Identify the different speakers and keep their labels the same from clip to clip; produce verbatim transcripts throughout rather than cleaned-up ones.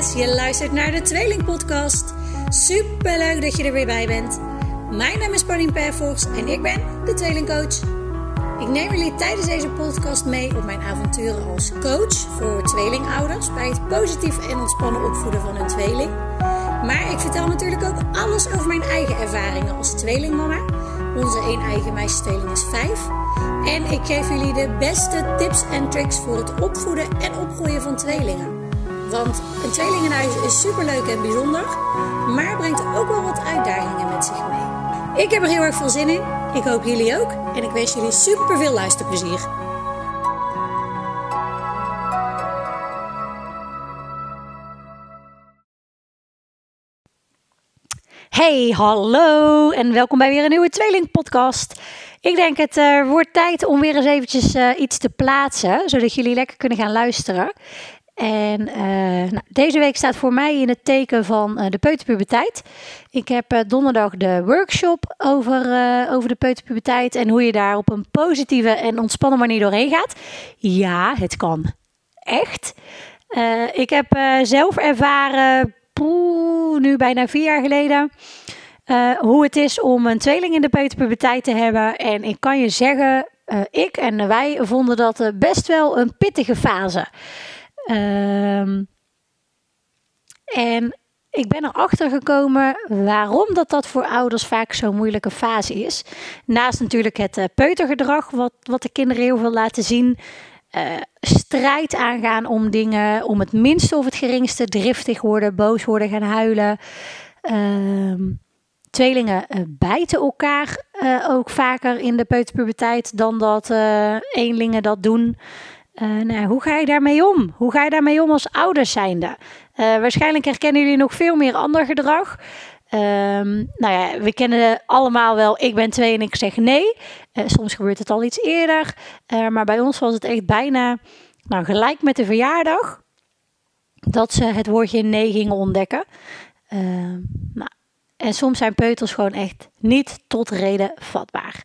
Speaker 1: lieverd, je luistert naar de Tweelingpodcast. Super leuk dat je er weer bij bent. Mijn naam is Paulien Perfors en ik ben de tweelingcoach. Ik neem jullie tijdens deze podcast mee op mijn avonturen als coach voor tweelingouders bij het positief en ontspannen opvoeden van hun tweeling. Maar ik vertel natuurlijk ook alles over mijn eigen ervaringen als tweelingmama. Onze één eigen meisjestweeling is vijf. En ik geef jullie de beste tips en tricks voor het opvoeden en opgroeien van tweelingen. Want een tweelingenhuis is superleuk en bijzonder, maar brengt ook wel wat uitdagingen met zich mee. Ik heb er heel erg veel zin in. Ik hoop jullie ook. En ik wens jullie super veel luisterplezier. Hey, hallo en welkom bij weer een nieuwe tweelingpodcast. Ik denk het uh, wordt tijd om weer eens eventjes uh, iets te plaatsen, zodat jullie lekker kunnen gaan luisteren. En uh, nou, deze week staat voor mij in het teken van uh, de peuterpuberteit. Ik heb uh, donderdag de workshop over, uh, over de peuterpuberteit en hoe je daar op een positieve en ontspannen manier doorheen gaat. Ja, het kan. Echt. Uh, ik heb uh, zelf ervaren, poeh, nu bijna vier jaar geleden, uh, hoe het is om een tweeling in de peuterpuberteit te hebben. En ik kan je zeggen, uh, ik en wij vonden dat uh, best wel een pittige fase. Um, en ik ben erachter gekomen waarom dat, dat voor ouders vaak zo'n moeilijke fase is. Naast natuurlijk het uh, peutergedrag, wat, wat de kinderen heel veel laten zien. Uh, strijd aangaan om dingen, om het minste of het geringste, driftig worden, boos worden, gaan huilen. Um, tweelingen uh, bijten elkaar uh, ook vaker in de peuterpuberteit dan dat uh, eenlingen dat doen. Uh, nou, hoe ga je daarmee om? Hoe ga je daarmee om als ouders zijnde? Uh, waarschijnlijk herkennen jullie nog veel meer ander gedrag. Um, nou ja, we kennen allemaal wel, ik ben twee en ik zeg nee. Uh, soms gebeurt het al iets eerder. Uh, maar bij ons was het echt bijna nou, gelijk met de verjaardag dat ze het woordje nee gingen ontdekken. Uh, nou, en soms zijn peuters gewoon echt niet tot reden vatbaar.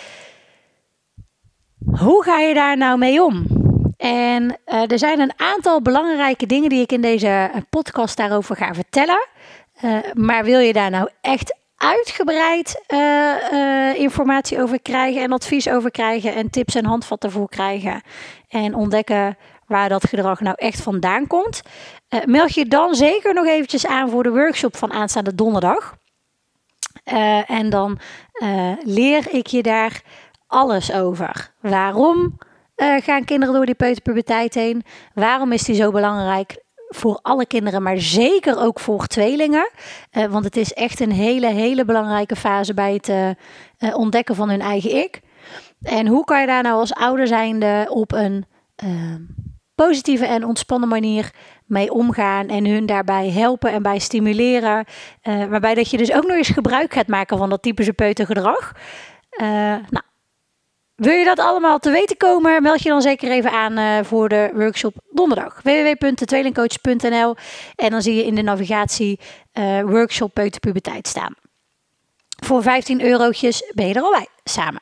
Speaker 1: Hoe ga je daar nou mee om? En uh, er zijn een aantal belangrijke dingen die ik in deze podcast daarover ga vertellen. Uh, maar wil je daar nou echt uitgebreid uh, uh, informatie over krijgen en advies over krijgen en tips en handvatten voor krijgen en ontdekken waar dat gedrag nou echt vandaan komt, uh, meld je dan zeker nog eventjes aan voor de workshop van aanstaande donderdag. Uh, en dan uh, leer ik je daar alles over. Waarom uh, gaan kinderen door die peuterpuberteit heen? Waarom is die zo belangrijk voor alle kinderen, maar zeker ook voor tweelingen? Uh, want het is echt een hele, hele belangrijke fase bij het uh, uh, ontdekken van hun eigen ik. En hoe kan je daar nou als ouder zijnde op een uh, positieve en ontspannen manier mee omgaan en hun daarbij helpen en bij stimuleren. Uh, waarbij dat je dus ook nog eens gebruik gaat maken van dat typische peutergedrag. Uh, nou, wil je dat allemaal te weten komen? Meld je dan zeker even aan uh, voor de workshop donderdag. w w w punt de tweelingcoach punt n l en dan zie je in de navigatie uh, workshop peuterpuberteit staan. Voor vijftien eurotjes ben je er al bij, samen.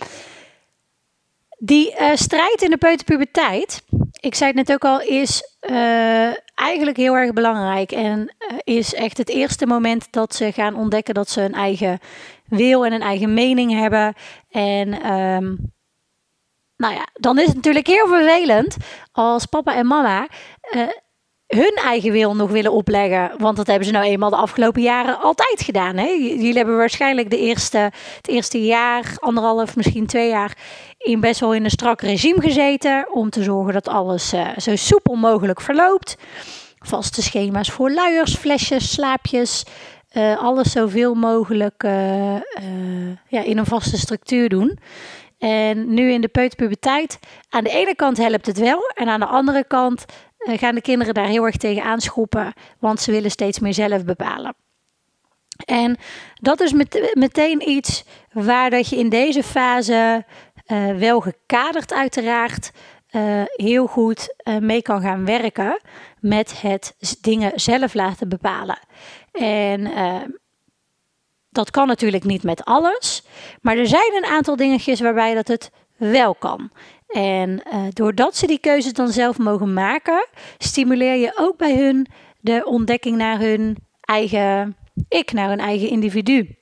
Speaker 1: Die uh, strijd in de peuterpuberteit, ik zei het net ook al, is uh, eigenlijk heel erg belangrijk. En uh, is echt het eerste moment dat ze gaan ontdekken dat ze een eigen wil en een eigen mening hebben. En um, nou ja, dan is het natuurlijk heel vervelend als papa en mama uh, hun eigen wil nog willen opleggen. Want dat hebben ze nou eenmaal de afgelopen jaren altijd gedaan. Hè? Jullie hebben waarschijnlijk de eerste, het eerste jaar, anderhalf, misschien twee jaar, in best wel in een strak regime gezeten. Om te zorgen dat alles uh, zo soepel mogelijk verloopt. Vaste schema's voor luiers, flesjes, slaapjes. Uh, alles zoveel mogelijk uh, uh, ja, in een vaste structuur doen. En nu in de peuterpuberteit, aan de ene kant helpt het wel. En aan de andere kant uh, gaan de kinderen daar heel erg tegen aanschoppen. Want ze willen steeds meer zelf bepalen. En dat is met, meteen iets waar dat je in deze fase uh, wel gekaderd uiteraard uh, heel goed uh, mee kan gaan werken met het dingen zelf laten bepalen. En uh, dat kan natuurlijk niet met alles, maar er zijn een aantal dingetjes waarbij dat het wel kan. En uh, doordat ze die keuzes dan zelf mogen maken, stimuleer je ook bij hun de ontdekking naar hun eigen ik, naar hun eigen individu.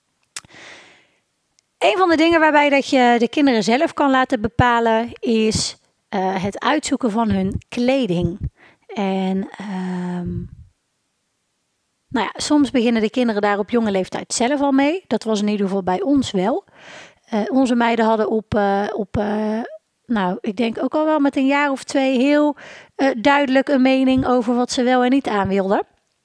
Speaker 1: Een van de dingen waarbij dat je de kinderen zelf kan laten bepalen is uh, het uitzoeken van hun kleding. En um, nou ja, soms beginnen de kinderen daar op jonge leeftijd zelf al mee. Dat was in ieder geval bij ons wel. Uh, onze meiden hadden op, uh, op uh, nou, ik denk ook al wel met een jaar of twee heel uh, duidelijk een mening over wat ze wel en niet aan wilden.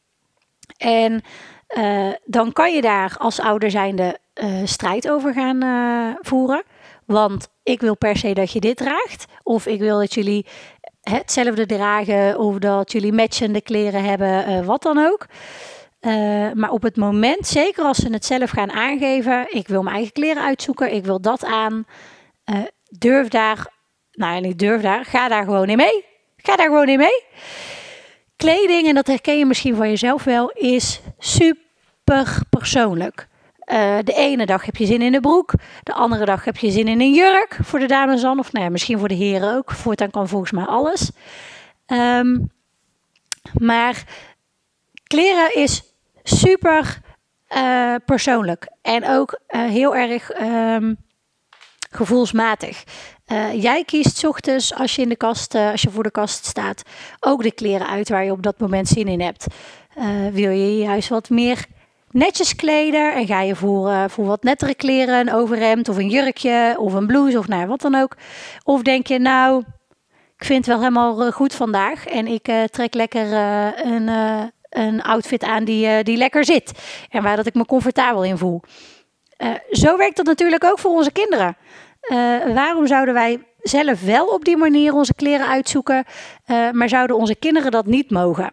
Speaker 1: En uh, dan kan je daar als ouder zijnde uh, strijd over gaan uh, voeren. Want ik wil per se dat je dit draagt. Of ik wil dat jullie hetzelfde dragen. Of dat jullie matchende kleren hebben. Uh, wat dan ook. Uh, maar op het moment, zeker als ze het zelf gaan aangeven. Ik wil mijn eigen kleren uitzoeken. Ik wil dat aan. Uh, durf daar. Nou ja, niet durf daar. Ga daar gewoon in mee. Ga daar gewoon in mee. Kleding, en dat herken je misschien van jezelf wel, is super persoonlijk. Uh, de ene dag heb je zin in een broek. De andere dag heb je zin in een jurk. Voor de dames dan. Of nou ja, misschien voor de heren ook. Voortaan kan volgens mij alles. Um, maar kleren is super uh, persoonlijk. En ook uh, heel erg um, gevoelsmatig. Uh, jij kiest 's ochtends als je in de kast, uh, als je voor de kast staat, ook de kleren uit waar je op dat moment zin in hebt. Uh, wil je juist wat meer netjes kleden en ga je voor, uh, voor wat nettere kleren, een overhemd of een jurkje of een blouse of nou, wat dan ook. Of denk je, nou, ik vind het wel helemaal uh, goed vandaag en ik uh, trek lekker uh, een, uh, een outfit aan die, uh, die lekker zit en waar dat ik me comfortabel in voel. Uh, zo werkt dat natuurlijk ook voor onze kinderen. Uh, waarom zouden wij zelf wel op die manier onze kleren uitzoeken, uh, maar zouden onze kinderen dat niet mogen?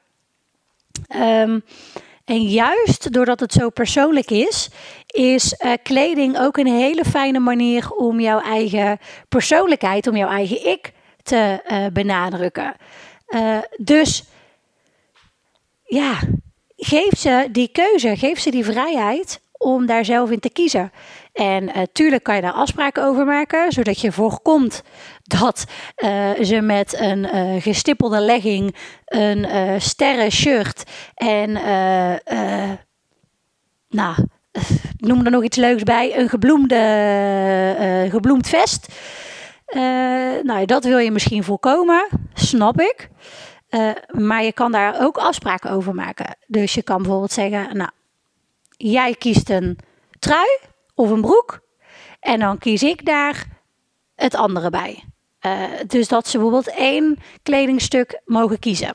Speaker 1: Um, en juist doordat het zo persoonlijk is, is uh, kleding ook een hele fijne manier om jouw eigen persoonlijkheid, om jouw eigen ik te uh, benadrukken. Uh, dus ja, geef ze die keuze, geef ze die vrijheid om daar zelf in te kiezen. En uh, tuurlijk kan je daar afspraken over maken, zodat je voorkomt dat uh, ze met een uh, gestippelde legging, een uh, sterren shirt en uh, uh, nou, noem er nog iets leuks bij, een gebloemde, uh, gebloemd vest. Uh, nou, dat wil je misschien voorkomen, snap ik. Uh, maar je kan daar ook afspraken over maken. Dus je kan bijvoorbeeld zeggen, nou, jij kiest een trui of een broek en dan kies ik daar het andere bij. Uh, dus dat ze bijvoorbeeld één kledingstuk mogen kiezen.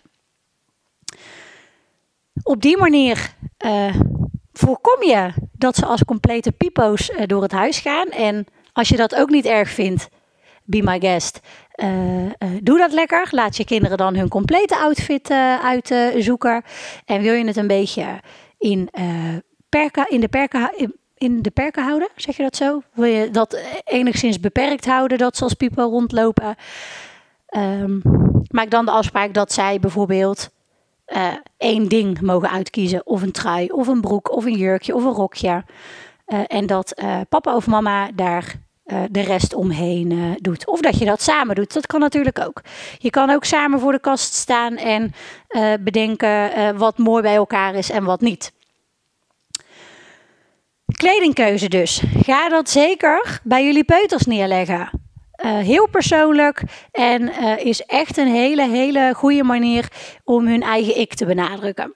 Speaker 1: Op die manier uh, voorkom je dat ze als complete pipo's uh, door het huis gaan. En als je dat ook niet erg vindt, be my guest, uh, uh, doe dat lekker. Laat je kinderen dan hun complete outfit uh, uitzoeken. En wil je het een beetje in, uh, perka, in de perka... In, in de perken houden, zeg je dat zo? Wil je dat enigszins beperkt houden, dat ze als pipo rondlopen? Um, maak dan de afspraak dat zij bijvoorbeeld uh, één ding mogen uitkiezen. Of een trui, of een broek, of een jurkje, of een rokje. Uh, en dat uh, papa of mama daar uh, de rest omheen uh, doet. Of dat je dat samen doet, dat kan natuurlijk ook. Je kan ook samen voor de kast staan en uh, bedenken uh, wat mooi bij elkaar is en wat niet. Kledingkeuze dus. Ga dat zeker bij jullie peuters neerleggen. Uh, heel persoonlijk en uh, is echt een hele, hele goede manier om hun eigen ik te benadrukken.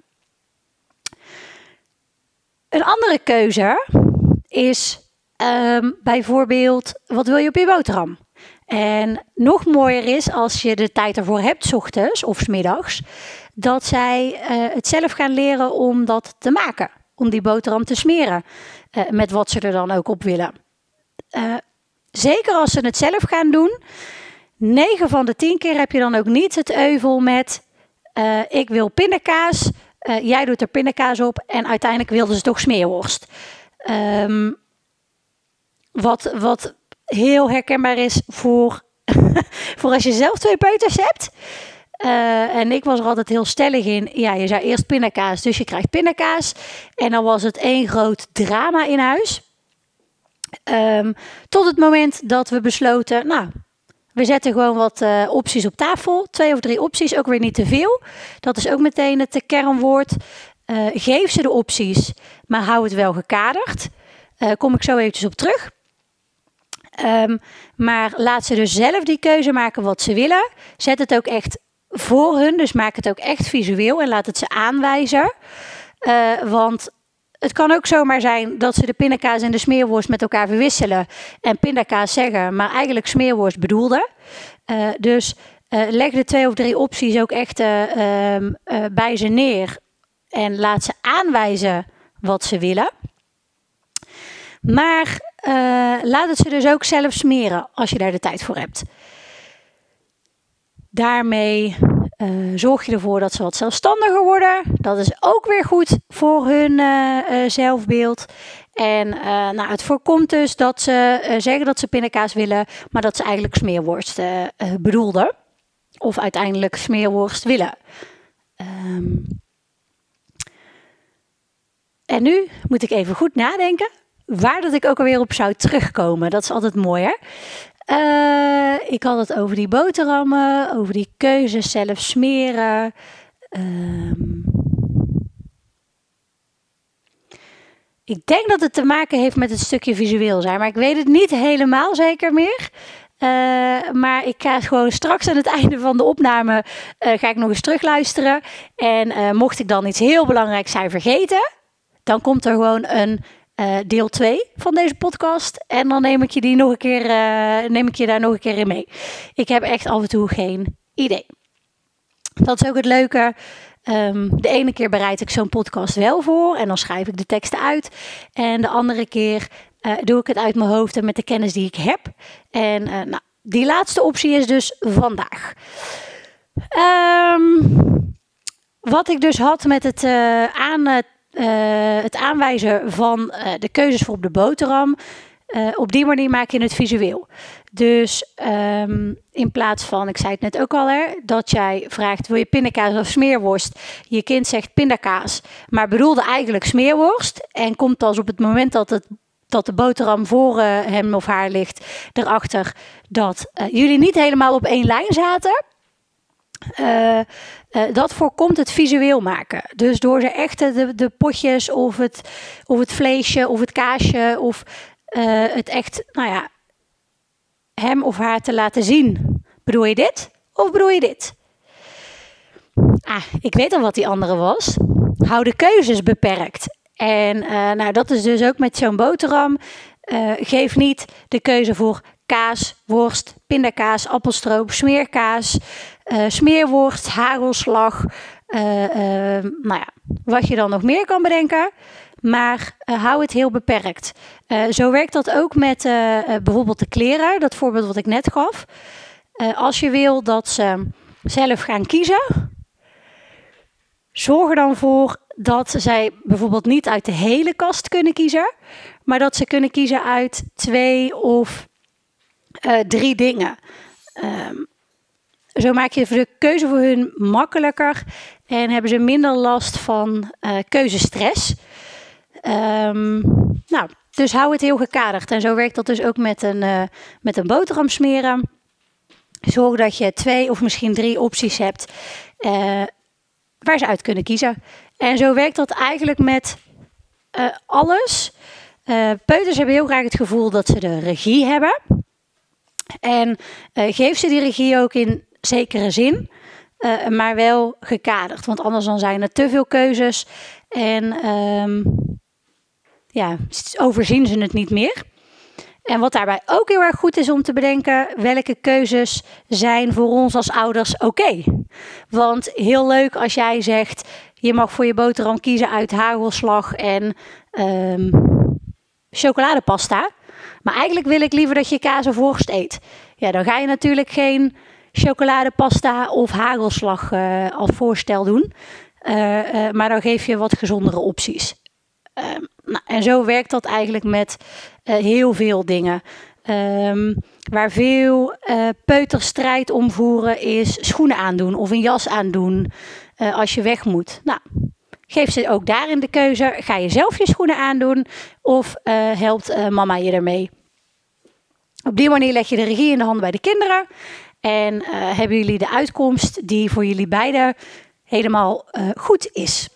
Speaker 1: Een andere keuze is um, bijvoorbeeld, wat wil je op je boterham? En nog mooier is als je de tijd ervoor hebt, 's ochtends of 's middags, dat zij uh, het zelf gaan leren om dat te maken. Om die boterham te smeren. Uh, met wat ze er dan ook op willen. Uh, zeker als ze het zelf gaan doen. negen van de tien keer heb je dan ook niet het euvel met... Uh, ik wil pindakaas. Uh, jij doet er pindakaas op. En uiteindelijk wilden ze toch smeerworst. Um, wat, wat heel herkenbaar is voor, voor als je zelf twee peuters hebt. Uh, en ik was er altijd heel stellig in. Ja, je zei eerst pindakaas, dus je krijgt pindakaas. En dan was het één groot drama in huis. Um, tot het moment dat we besloten, nou, We zetten gewoon wat uh, opties op tafel. Twee of drie opties, ook weer niet te veel. Dat is ook meteen het kernwoord. Uh, geef ze de opties, maar hou het wel gekaderd. Daar uh, kom ik zo eventjes op terug. Um, maar laat ze dus zelf die keuze maken wat ze willen. Zet het ook echt voor hun, dus maak het ook echt visueel en laat het ze aanwijzen. Uh, want het kan ook zomaar zijn dat ze de pindakaas en de smeerworst met elkaar verwisselen en pindakaas zeggen, maar eigenlijk smeerworst bedoelden. Uh, dus uh, leg de twee of drie opties ook echt uh, um, uh, bij ze neer en laat ze aanwijzen wat ze willen. Maar uh, laat het ze dus ook zelf smeren als je daar de tijd voor hebt. Daarmee uh, zorg je ervoor dat ze wat zelfstandiger worden. Dat is ook weer goed voor hun uh, uh, zelfbeeld. En uh, nou, het voorkomt dus dat ze uh, zeggen dat ze pindakaas willen, maar dat ze eigenlijk smeerworst uh, uh, bedoelden. Of uiteindelijk smeerworst willen. Um. En nu moet ik even goed nadenken waar dat ik ook alweer op zou terugkomen. Dat is altijd mooi, hè? Uh, ik had het over die boterhammen, over die keuzes zelf smeren. Um, ik denk dat het te maken heeft met het stukje visueel zijn, maar ik weet het niet helemaal zeker meer. Uh, maar ik ga gewoon straks aan het einde van de opname uh, ga ik nog eens terugluisteren. En uh, mocht ik dan iets heel belangrijks zijn vergeten, dan komt er gewoon een uh, deel twee van deze podcast. En dan neem ik je, die nog een keer, uh, neem ik je daar nog een keer in mee. Ik heb echt af en toe geen idee. Dat is ook het leuke. Um, de ene keer bereid ik zo'n podcast wel voor en dan schrijf ik de teksten uit. En de andere keer uh, doe ik het uit mijn hoofd en met de kennis die ik heb. En uh, nou, die laatste optie is dus vandaag. Um, wat ik dus had met het uh, aan het Uh, het aanwijzen van uh, de keuzes voor op de boterham. Uh, op die manier maak je het visueel. Dus um, in plaats van, ik zei het net ook al, hè, dat jij vraagt, wil je pindakaas of smeerworst? Je kind zegt pindakaas, maar bedoelde eigenlijk smeerworst. En komt pas op het moment dat, het, dat de boterham voor uh, hem of haar ligt, erachter dat uh, jullie niet helemaal op één lijn zaten. Uh, uh, dat voorkomt het visueel maken. Dus door ze echt de, de potjes of het, of het vleesje of het kaasje of uh, het echt, nou ja, hem of haar te laten zien. Bedoel je dit of bedoel je dit? Ah, ik weet al wat die andere was. Hou de keuzes beperkt. En uh, nou, dat is dus ook met zo'n boterham. Uh, geef niet de keuze voor kaas, worst, pindakaas, appelstroop, smeerkaas, uh, smeerworst, hagelslag. Uh, uh, nou ja, wat je dan nog meer kan bedenken. Maar uh, hou het heel beperkt. Uh, zo werkt dat ook met uh, uh, bijvoorbeeld de kleren. Dat voorbeeld wat ik net gaf. Uh, als je wil dat ze zelf gaan kiezen, zorg er dan voor dat zij bijvoorbeeld niet uit de hele kast kunnen kiezen, maar dat ze kunnen kiezen uit twee of uh, drie dingen. Um, zo maak je de keuze voor hun makkelijker en hebben ze minder last van uh, keuzestress. Um, nou, dus hou het heel gekaderd. En zo werkt dat dus ook met een, uh, met een boterham smeren. Zorg dat je twee of misschien drie opties hebt uh, waar ze uit kunnen kiezen. En zo werkt dat eigenlijk met uh, alles. Uh, peuters hebben heel graag het gevoel dat ze de regie hebben. En uh, geef ze die regie ook in zekere zin, uh, maar wel gekaderd. Want anders dan zijn er te veel keuzes en um, ja, overzien ze het niet meer. En wat daarbij ook heel erg goed is om te bedenken, welke keuzes zijn voor ons als ouders oké. Okay. Want heel leuk als jij zegt, je mag voor je boterham kiezen uit hagelslag en um, chocoladepasta. Maar eigenlijk wil ik liever dat je kaas of worst eet. Ja, dan ga je natuurlijk geen chocoladepasta of hagelslag uh, als voorstel doen. Uh, uh, maar dan geef je wat gezondere opties. Uh, nou, en zo werkt dat eigenlijk met uh, heel veel dingen. Um, waar veel uh, peuters strijd om voeren is schoenen aandoen of een jas aandoen uh, als je weg moet. Nou, geef ze ook daarin de keuze. Ga je zelf je schoenen aandoen of uh, helpt uh, mama je ermee? Op die manier leg je de regie in de handen bij de kinderen. En uh, hebben jullie de uitkomst die voor jullie beiden helemaal uh, goed is.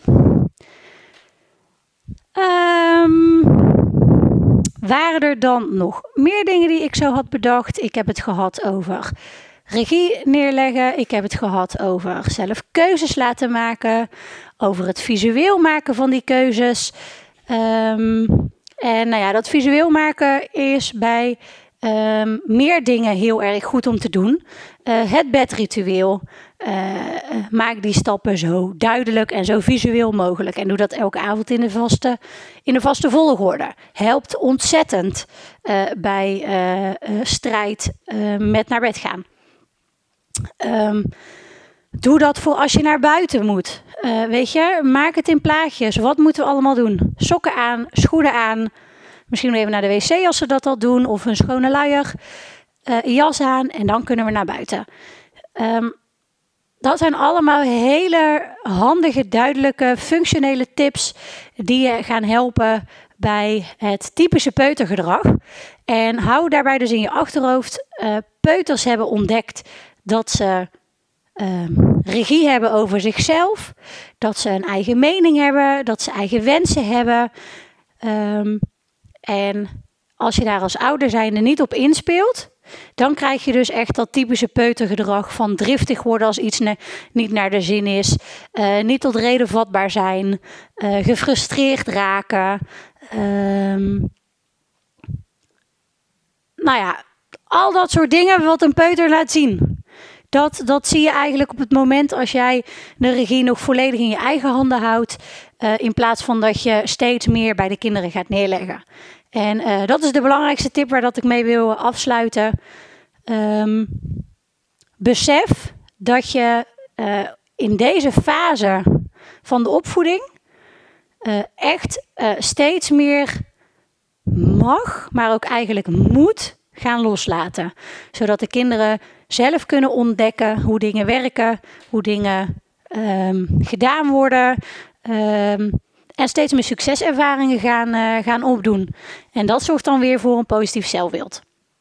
Speaker 1: Um, waren er dan nog meer dingen die ik zo had bedacht? Ik heb het gehad over regie neerleggen. Ik heb het gehad over zelf keuzes laten maken. Over het visueel maken van die keuzes. Um, en nou ja, dat visueel maken is bij um, meer dingen heel erg goed om te doen. Uh, het bedritueel. Uh, maak die stappen zo duidelijk en zo visueel mogelijk. En doe dat elke avond in de vaste, in de vaste volgorde. Helpt ontzettend uh, bij uh, uh, strijd uh, met naar bed gaan. Um, doe dat voor als je naar buiten moet. Uh, weet je, maak het in plaatjes. Wat moeten we allemaal doen? Sokken aan, schoenen aan. Misschien even naar de wc als ze dat al doen. Of een schone luier. Uh, jas aan en dan kunnen we naar buiten. Um, dat zijn allemaal hele handige, duidelijke, functionele tips die je gaan helpen bij het typische peutergedrag. En hou daarbij dus in je achterhoofd, uh, peuters hebben ontdekt dat ze uh, regie hebben over zichzelf, dat ze een eigen mening hebben, dat ze eigen wensen hebben. Um, en als je daar als ouder zijnde niet op inspeelt, dan krijg je dus echt dat typische peutergedrag van driftig worden als iets ne- niet naar de zin is. Uh, niet tot reden vatbaar zijn. Uh, gefrustreerd raken. Um, nou ja, al dat soort dingen wat een peuter laat zien. Dat, dat zie je eigenlijk op het moment als jij de regie nog volledig in je eigen handen houdt. Uh, in plaats van dat je steeds meer bij de kinderen gaat neerleggen. En uh, dat is de belangrijkste tip waar dat ik mee wil afsluiten. Um, besef dat je uh, in deze fase van de opvoeding uh, echt uh, steeds meer mag, maar ook eigenlijk moet gaan loslaten. Zodat de kinderen zelf kunnen ontdekken hoe dingen werken, hoe dingen um, gedaan worden. Um, En steeds meer succeservaringen gaan, uh, gaan opdoen. En dat zorgt dan weer voor een positief zelfbeeld.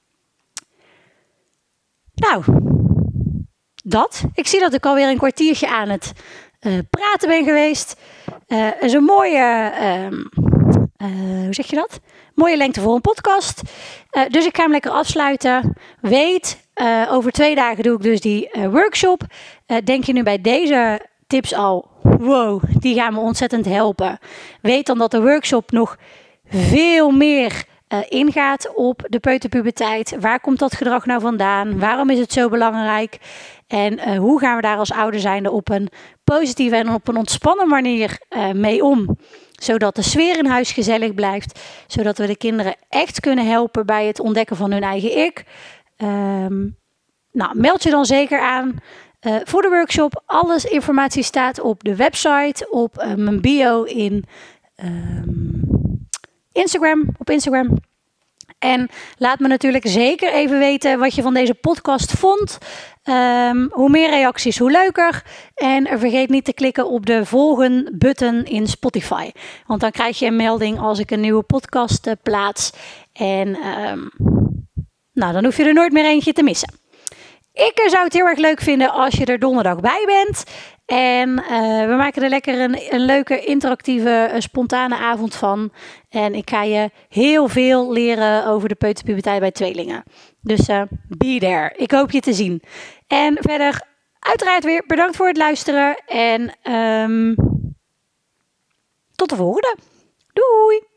Speaker 1: Nou, dat. Ik zie dat ik alweer een kwartiertje aan het uh, praten ben geweest. Uh, is een mooie, uh, uh, hoe zeg je dat? Mooie lengte voor een podcast. Uh, dus ik ga hem lekker afsluiten. Weet, uh, over twee dagen doe ik dus die uh, workshop. Uh, denk je nu bij deze tips al, wow, die gaan me ontzettend helpen. Weet dan dat de workshop nog veel meer uh, ingaat op de peuterpuberteit. Waar komt dat gedrag nou vandaan? Waarom is het zo belangrijk? En uh, hoe gaan we daar als ouder zijnde op een positieve en op een ontspannen manier uh, mee om? Zodat de sfeer in huis gezellig blijft. Zodat we de kinderen echt kunnen helpen bij het ontdekken van hun eigen ik. Um, nou, meld je dan zeker aan. Uh, voor de workshop, alles informatie staat op de website, op uh, mijn bio in um, Instagram, op Instagram. En laat me natuurlijk zeker even weten wat je van deze podcast vond. Um, hoe meer reacties, hoe leuker. En vergeet niet te klikken op de volgen button in Spotify. Want dan krijg je een melding als ik een nieuwe podcast uh, plaats. En um, nou, dan hoef je er nooit meer eentje te missen. Ik zou het heel erg leuk vinden als je er donderdag bij bent. En uh, we maken er lekker een, een leuke, interactieve, uh, spontane avond van. En ik ga je heel veel leren over de peuterpuberteit bij tweelingen. Dus uh, be there. Ik hoop je te zien. En verder, uiteraard weer bedankt voor het luisteren. En um, tot de volgende. Doei!